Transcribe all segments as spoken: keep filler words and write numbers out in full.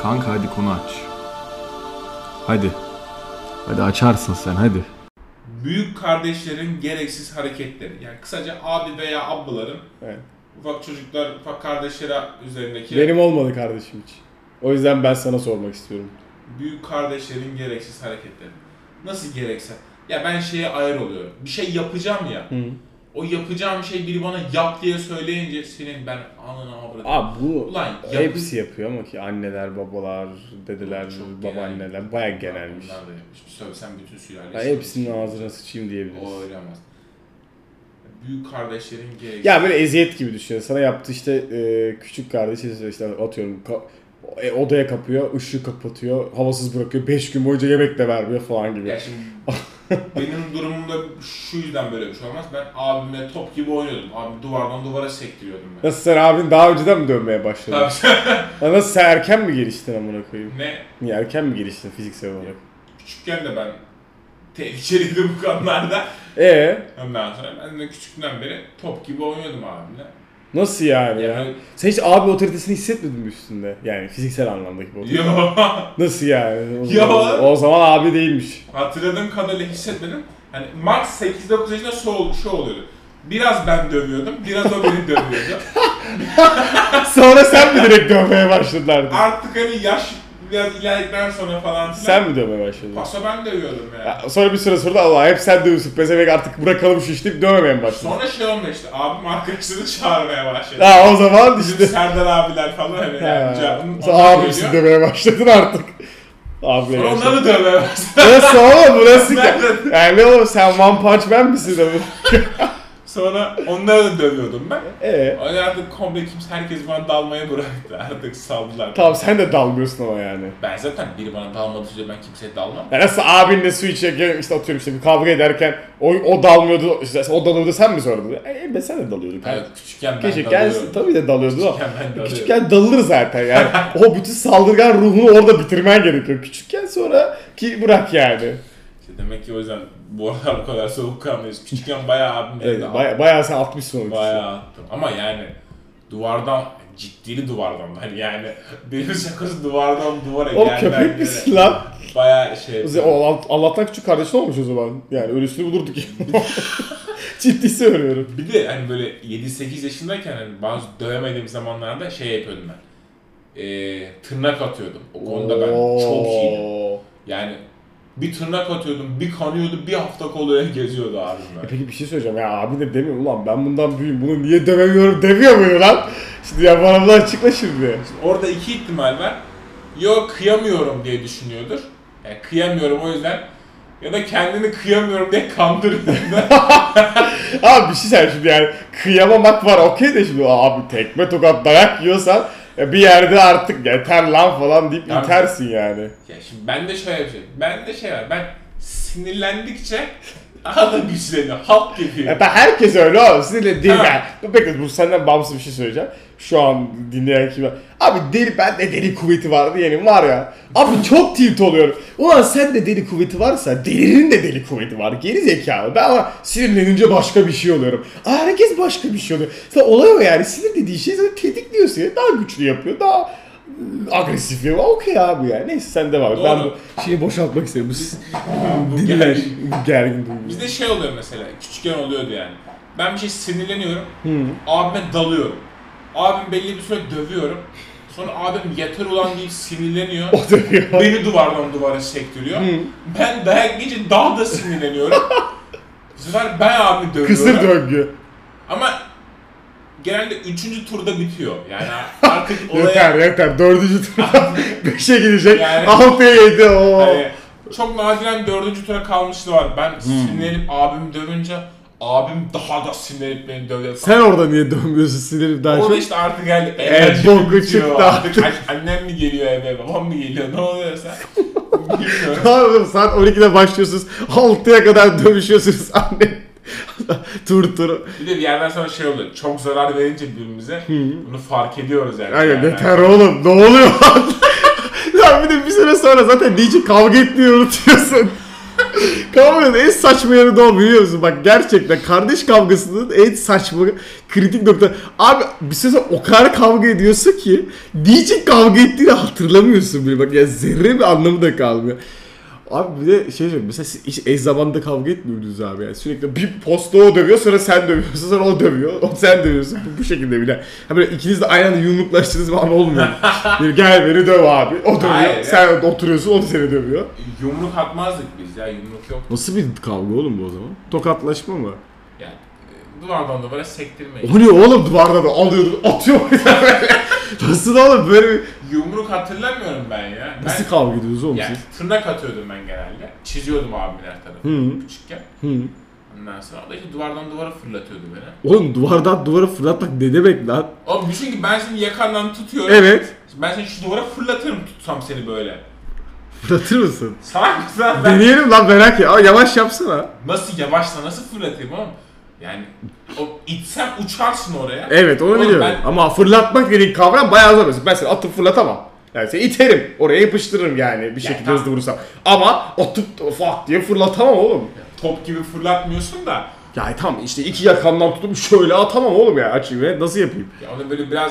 Kanka hadi konu aç. Hadi. Hadi açarsın sen hadi. Büyük kardeşlerin gereksiz hareketleri. Yani kısaca abi veya ablaların evet. ufak çocuklar, ufak kardeşlere üzerindeki... Benim olmadı kardeşim hiç. O yüzden ben sana sormak istiyorum. Büyük kardeşlerin gereksiz hareketleri. Nasıl gereksiz? Ya ben şeye ayar oluyorum. Bir şey yapacağım ya. Hı. O yapacağım şey biri bana yap diye söyleyince senin ben anına avradım. Abi bu Ulan, hepsi yapı... yapıyor ama ki anneler, babalar, dedeler, babaanneler genel. Bayağı genelmiş. Bunlar da yapmış. Söylesem bütün sülalesi. Yani hepsinin ağzına sıçayım diyebiliriz. O öyle olmaz. Büyük kardeşlerin gereksiz... Ya böyle eziyet gibi düşün. Sana yaptı işte e, küçük kardeşi işte atıyorum ka- e, odaya kapıyor, ışığı kapatıyor, havasız bırakıyor, beş gün boyunca yemek de vermiyor falan gibi. Ya şimdi benim durumumda şu yüzden böyle bir şey olmaz. Ben abimle top gibi oynuyordum. Abi duvardan duvara sektiriyordum ben. Nasıl sen abin daha önceden mi dönmeye başladın? Tabii. Nasıl sen erken mi geliştin amına koyayım? Ne? Niye erken mi geliştin fiziksel olarak? Küçükken de ben tehlikeliydim bu konularda. Eee? Ondan sonra ben de küçüklükten beri top gibi oynuyordum abimle. Nasıl yani yani ya? Sen hiç abi otoritesini hissetmedin mi üstünde? Yani fiziksel anlamdaki bu otorite. Yo. Nasıl yani? O Yo. zaman, o zaman abi değilmiş. Hatırladığım kadarıyla hissetmedim. Hani max sekiz dokuz yaşında şu, şu oluyordu. Biraz ben dövüyordum, biraz o beni dövüyordu. Sonra sen mi direkt dövmeye başladın? Artık hani yaş biraz ilerledikten sonra falan filan. Sen mi dövmeye başladın? Paso ben dövüyordum yani. Ya sonra bir süre sonra Allah hep sen dövüyorsun. Pezevenk artık bırakalım şu işi deyip dövmemeye mi başladın? Sonra şey olmuş işte, abim arkadaşlarını çağırmaya başladı. Ha o zaman işte. Bizim Serdar abiler falan hani yani. Abimsin dövmeye başladın artık. Abi sonra onları dövmeye başladı. Nasıl oğlum bu nasıl ya? Yani oğlum sen One Punch Man misin de bu? Sonra onları da dövüyordum ben. Eee? Öyle artık komple kimse, herkes bana dalmaya bıraktı. Artık saldılar. Tamam sen de dalmıyorsun ama yani. Ben zaten biri bana dalmadığı sürece ben kimseye dalmam. Ya nasıl abinle su içerken işte atıyorum işte bir kavga ederken o, o dalmıyordu, işte o dalıyordu sen mi sordun? E ben sen de dalıyordun. Evet küçükken ben Küçükken dalıyorum. tabii de dalıyordu. Küçükken ben dalıyorum. Küçükken dalır zaten yani. O bütün saldırgan ruhunu orada bitirmen gerekiyor. Küçükken sonra ki bırak yani. İşte demek ki o yüzden bu aralar bu kadar soğukkanlıyız. Küçükken bayağı abim evet, de baya, bayağı sen atmışsın onu. Bayağı attım. Ama yani duvardan, ciddili duvardan. Hani yani benim şakası duvardan duvara geldi. Oğlum köpek misin lan? Bayağı şey... O, Allah'tan küçük kardeşin olmuş o zaman. Yani ölüsünü bulurduk ya. Ciddi söylüyorum. Bir de hani böyle yedi sekiz yaşındayken hani bazı dövemediğim zamanlarda şey yapıyordum ben. Ee, tırnak atıyordum. O konuda ben çok iyiydim. Yani bir tırnak atıyordum, bir kanıyordu, bir hafta kolaya geziyordu abim ben. E peki bir şey söyleyeceğim ya, abi de demiyor ulan ben bundan büyüğüm, bunu niye dövemiyorum demiyor muyum lan? Şimdi ya bana bunu açıkla şimdi. Şimdi orada iki ihtimal var. Yok kıyamıyorum diye düşünüyordur. Yani kıyamıyorum o yüzden. Ya da kendini kıyamıyorum diye kandırıyordur. Abi bir şey söyleyeyim şimdi yani kıyamamak var okey de şimdi abi tekme tokat dayak yiyorsan bir yerde artık yeter lan falan deyip yani, itersin yani. Ya şimdi bende şöyle bir şey, bende şey var, ben sinirlendikçe daha da güçleniyor, halk gibi. Ya ben herkes öyle oğlum, sinirli değil yani. Bekle bu senden bağımsız bir şey söyleyeceğim. Şu an dinleyen kim var? Abi deli, ben de deli kuvveti var diyelim var ya. Abi çok tilt oluyorum. Ulan sen de deli kuvveti varsa delinin de deli kuvveti var. Geri zekalı. Ben ama sinirlenince başka bir şey oluyorum. Aa, herkes başka bir şey oluyor. Sen olay o yani. Sinir dediği şey seni tetikliyorsun ya. Daha güçlü yapıyor. Daha agresif yapıyor. Okey abi yani. Neyse sen devam et. Ben bu şeyi boşaltmak istedim. Bu, bu gergin, gergin duyuyor. Bizde şey oluyor mesela. Küçükken oluyordu yani. Ben bir şey sinirleniyorum. Hmm. Abime dalıyorum. Abim belli bir süre dövüyorum. Sonra abim yeter ulan deyip sinirleniyor. O dövüyor. Beni duvardan duvara sektiriyor. Hmm. Ben dayak yiyince daha da sinirleniyorum. Bu sefer ben abimi dövüyorum. Kısır döngü. Ama genelde üçüncü turda bitiyor. Yani artık olaya... yeter yeter. Dördüncü turda beşe gidecek. Yani, altıya yedi o. Hani, çok nadiren dördüncü tura kalmışlığı var. Ben hmm. sinirlenip abimi dövünce abim daha da sinirlenip beni dövüyor. Sen orada niye dönmüyorsun sinirlenip daha çok? Orada işte artık geldi. Evet boku çıktı artık. Annem mi geliyor eve, babam mı geliyor, ne oluyorsa bilmiyorum. Tamam saat on ikide başlıyorsunuz, altıya kadar dövüşüyorsunuz anne. tur tur. Bir de bir yerden sonra şey oluyor, çok zarar verince birbirimize hmm. bunu fark ediyoruz yani. Aynen yani. yeter oğlum, ne oluyor lan? Ya bir de bir süre sonra zaten niçin kavga etmeyi unutuyorsun. Kavganın en saçma yanı da o, biliyor musun? Bak gerçekten kardeş kavgasının en saçma kritik nokta. Abi bir süre sonra o kadar kavga ediyorsun ki niçin kavga ettiğini hatırlamıyorsun bile. Bak ya zerre bir anlamı da kalmıyor. Abi bir de şey söyleyeyim, mesela siz hiç eş zamanında kavga etmiyor musunuz abi yani? Sürekli bir posta o dövüyor, sonra sen dövüyorsun, sonra o dövüyor, o sen dövüyorsun, bu, bu şekilde bile. Ha böyle ikiniz de aynı anda yumruklaştınız falan olmuyor. Yani gel beni döv abi, o dövüyor, Hayır, sen ya. Oturuyorsun, o da seni dövüyor. Yumruk atmazdık biz ya, yumruk yok. Nasıl bir kavga oğlum bu o zaman? Tokatlaşma mı? Yani e, duvardan duvara sektirmeyin. O ne oğlum, duvarda da alıyordun, atıyor böyle. Nasıl oğlum böyle bir... Yumruk hatırlamıyorum ben ya. Nasıl Ben, kavga ediyorsunuz oğlum yani, siz? tırnak atıyordum ben genelde. Çiziyordum abimin her tarafını Hı. küçükken. Hı. Ondan sonra o da işte duvardan duvara fırlatıyordu beni. Oğlum duvardan duvara fırlatmak ne demek lan? Oğlum düşün ki ben seni yakandan tutuyorum. Evet. Ben seni şu duvara fırlatırım tutsam seni böyle. Fırlatır mısın? Salak mısın lan ben? Deneyelim lan, merak et. Aa, yavaş yapsana. Nasıl yavaşla nasıl fırlatayım oğlum? Yani o itsem uçarsın oraya. Evet onu Oğlum biliyorum. ben- Ama fırlatmak dediğin kavram bayağı zor. Mesela ben seni atıp fırlatamam. Yani seni iterim. Oraya yapıştırırım yani bir şekilde tamam. hızlı vurursam. Ama atıp da fuck diye fırlatamam oğlum. Top gibi fırlatmıyorsun da. Ya tamam işte iki yakandan tutup şöyle atamam oğlum ya, açayım ve nasıl yapayım? Ya onu böyle biraz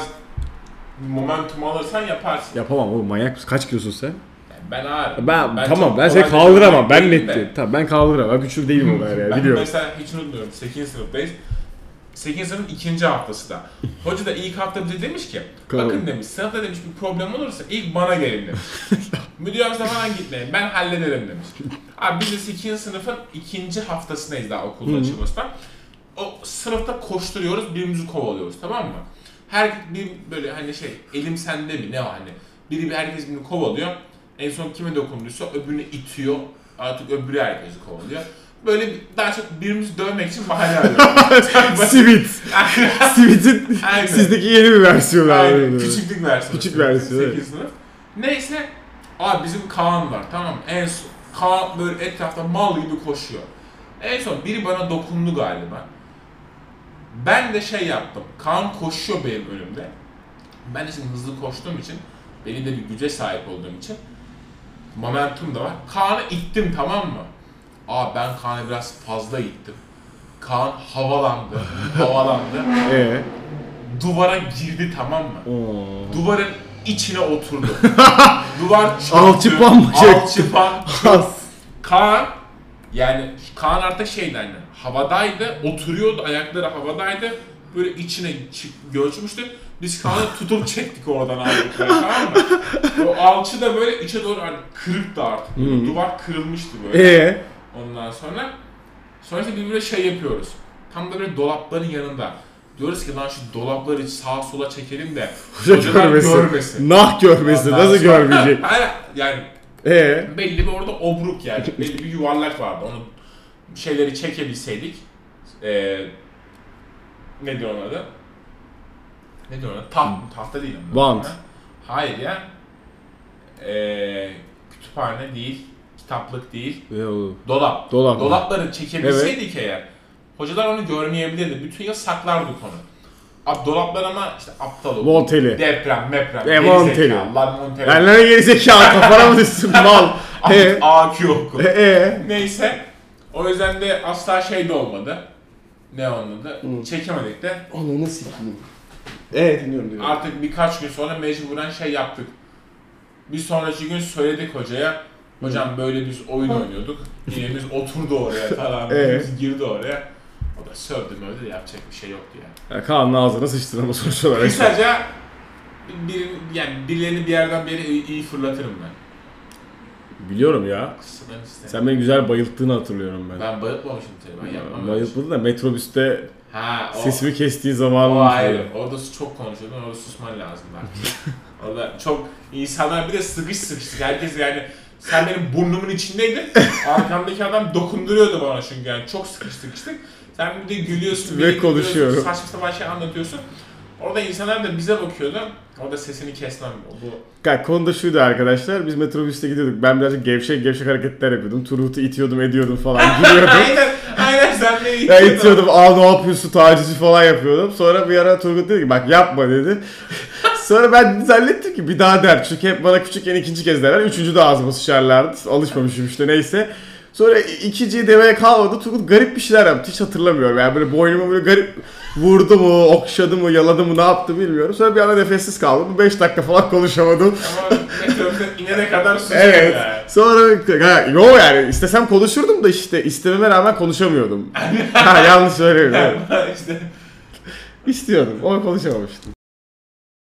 momentum alırsan yaparsın. Yapamam oğlum, manyak mısın? Kaç kilosun sen? Yani ben ağırım. Ben, tamam çok ben seni kolay kaldıramam. bir Ben değilim de. nettim. Tamam ben kaldıramam. Ben güçlü değilim o kadar ya. Ben Biliyorum. mesela hiç unutmuyorum sekizinci sınıftayız. sekizinci sınıfın ikinci haftası da. Hoca da ilk hafta bize demiş ki Tamam. bakın demiş sınıfta demiş bir problem olursa ilk bana gelin demiş. Müdür yardımcısı falan gitmeyin ben hallederim demiş. Abi biz de sekizinci sınıfın ikinci haftasındayız daha okulun açılmasından. O sınıfta koşturuyoruz birbirimizi kovalıyoruz, tamam mı? Her bir böyle hani şey elim sende mi ne o hani biri bir herkes birini kovalıyor. En son kime dokunduysa öbürünü itiyor. Artık öbürü herkesi kovalıyor. Böyle bir- daha çok birbirimizi dövmek için bahane arıyoruz. Simit. Simit'in Aynen. sizdeki yeni bir versiyonu. Aynen. abi. Küçüklük versiyonu. Küçük versiyonu, sekizinci sınıf. Neyse. Abi bizim Kaan var, tamam mı? En son Kaan böyle etrafta mal gibi koşuyor. En son biri bana dokundu galiba. Ben de şey yaptım. Kaan koşuyor benim önümde. Ben de şimdi hızlı koştuğum için, benim de bir güce sahip olduğum için momentum da var. Kaan'ı ittim, tamam mı? Abi ben Kaan'ı biraz fazla ittim. Kaan havalandı, havalandı. Ee? Duvara girdi, tamam mı? Oo. Duvarın içine oturdu. Duvar çöktü. Alçıpan mı çöktü? Alçıpan. Kaan, yani Kaan artık şeydi hani havadaydı, oturuyordu, ayakları havadaydı. Böyle içine çı- göçmüştü. Biz Kaan'ı tutup çektik oradan aldık böyle, tamam mı? O alçı da böyle içe doğru hani kırıktı artık. Böyle. Hı. Duvar kırılmıştı böyle. Ee? Ondan sonra sonra işte biz böyle şey yapıyoruz. Tam da böyle dolapların yanında. Diyoruz ki lan şu dolapları sağa sola çekelim de Hoca hocalar görmesin. görmesin. Nah görmesin. Ondan Nasıl sonra- görmeyecek? Hayır, yani Ee? belli bir orada obruk yani. Belli bir yuvarlak vardı. Onu şeyleri çekebilseydik. Eee ne diyor onun adı? Ne diyor onun adı? Taht, tahta değil onun adı. Bant. Ha? Hayır ya. Eee kütüphane değil. Kitaplık değil. Ee, o- Dolap. Dolap. Dolapları çekebilseydik eğer. Hocalar onu görmeyebilirdi. Bütün yıl saklardık onu. Abi dolaplar ama işte aptal oldu. Monteli. Deprem, meprem. E, Monteli. Allah Monteli. Yani ne gerizekalı, kafana mı düşsün mal? Ee? A Q okul. Ee? Neyse. O yüzden de asla şey de olmadı. Ne olmadı? Hı. Çekemedik de. Onu nasıl yapayım? Evet dinliyorum dinliyorum. Artık birkaç gün sonra mecburen şey yaptık. Bir sonraki gün söyledik hocaya. Hocam böyle biz oyun oynuyorduk. Yine biz oturdu oraya falan. Ee? Biz girdi oraya. O da sövdü mövdü de yapacak bir şey yoktu yani. Ya Kaan'ın ağzına sıçtın ama sonuç olarak. Kısaca bir, yani birilerini bir yerden beri iyi, iyi fırlatırım ben. Biliyorum ya. Kısadan işte. Sen beni güzel bayılttığını hatırlıyorum ben. Ben bayıltmamışım seni. Ben yapmam. Bayıltmadın da metrobüste Ha, o, sesimi kestiği zaman o mı? ayrı. Orada çok konuşuyordun, orada susman lazımdı artık. Orada çok insanlar bir de sıkış sıkıştık. Herkes yani sen benim burnumun içindeydin. Arkamdaki adam dokunduruyordu bana çünkü yani çok sıkış sıkıştık. Sen bir de gülüyorsun, Ve bir de gülüyorsun, konuşuyorum. saçma sapan şey anlatıyorsun. Orada insanlar da bize bakıyordu. Orada sesini kesmem. Bu Yani konu da şuydu arkadaşlar. Biz metrobüste gidiyorduk. Ben birazcık gevşek gevşek hareketler yapıyordum. Turgut'u itiyordum ediyordum falan. Gülüyordum. aynen, aynen sen de Ya itiyordun. itiyordum. Aa ne yapıyorsun tacizi falan yapıyordum. Sonra bir ara Turgut dedi ki bak yapma dedi. Sonra ben zannettim ki bir daha der. Çünkü hep bana küçükken ikinci kez derler. Üçüncü de ağzıma sıçarlardı. Alışmamışım işte neyse. Sonra ikinciyi demeye kalmadı. Turgut garip bir şeyler yaptı. Hiç hatırlamıyorum. Yani böyle boynuma böyle garip vurdu mu, okşadı mı, yaladı mı, ne yaptı bilmiyorum. Sonra bir ara nefessiz kaldım. beş dakika falan konuşamadım. Ama metrobüse inene kadar sustum Evet. yani. Sonra ha, yo yani istesem konuşurdum da işte istememe rağmen konuşamıyordum. Ha yanlış söylüyorum. Evet. işte İstiyordum. Ama konuşamamıştım.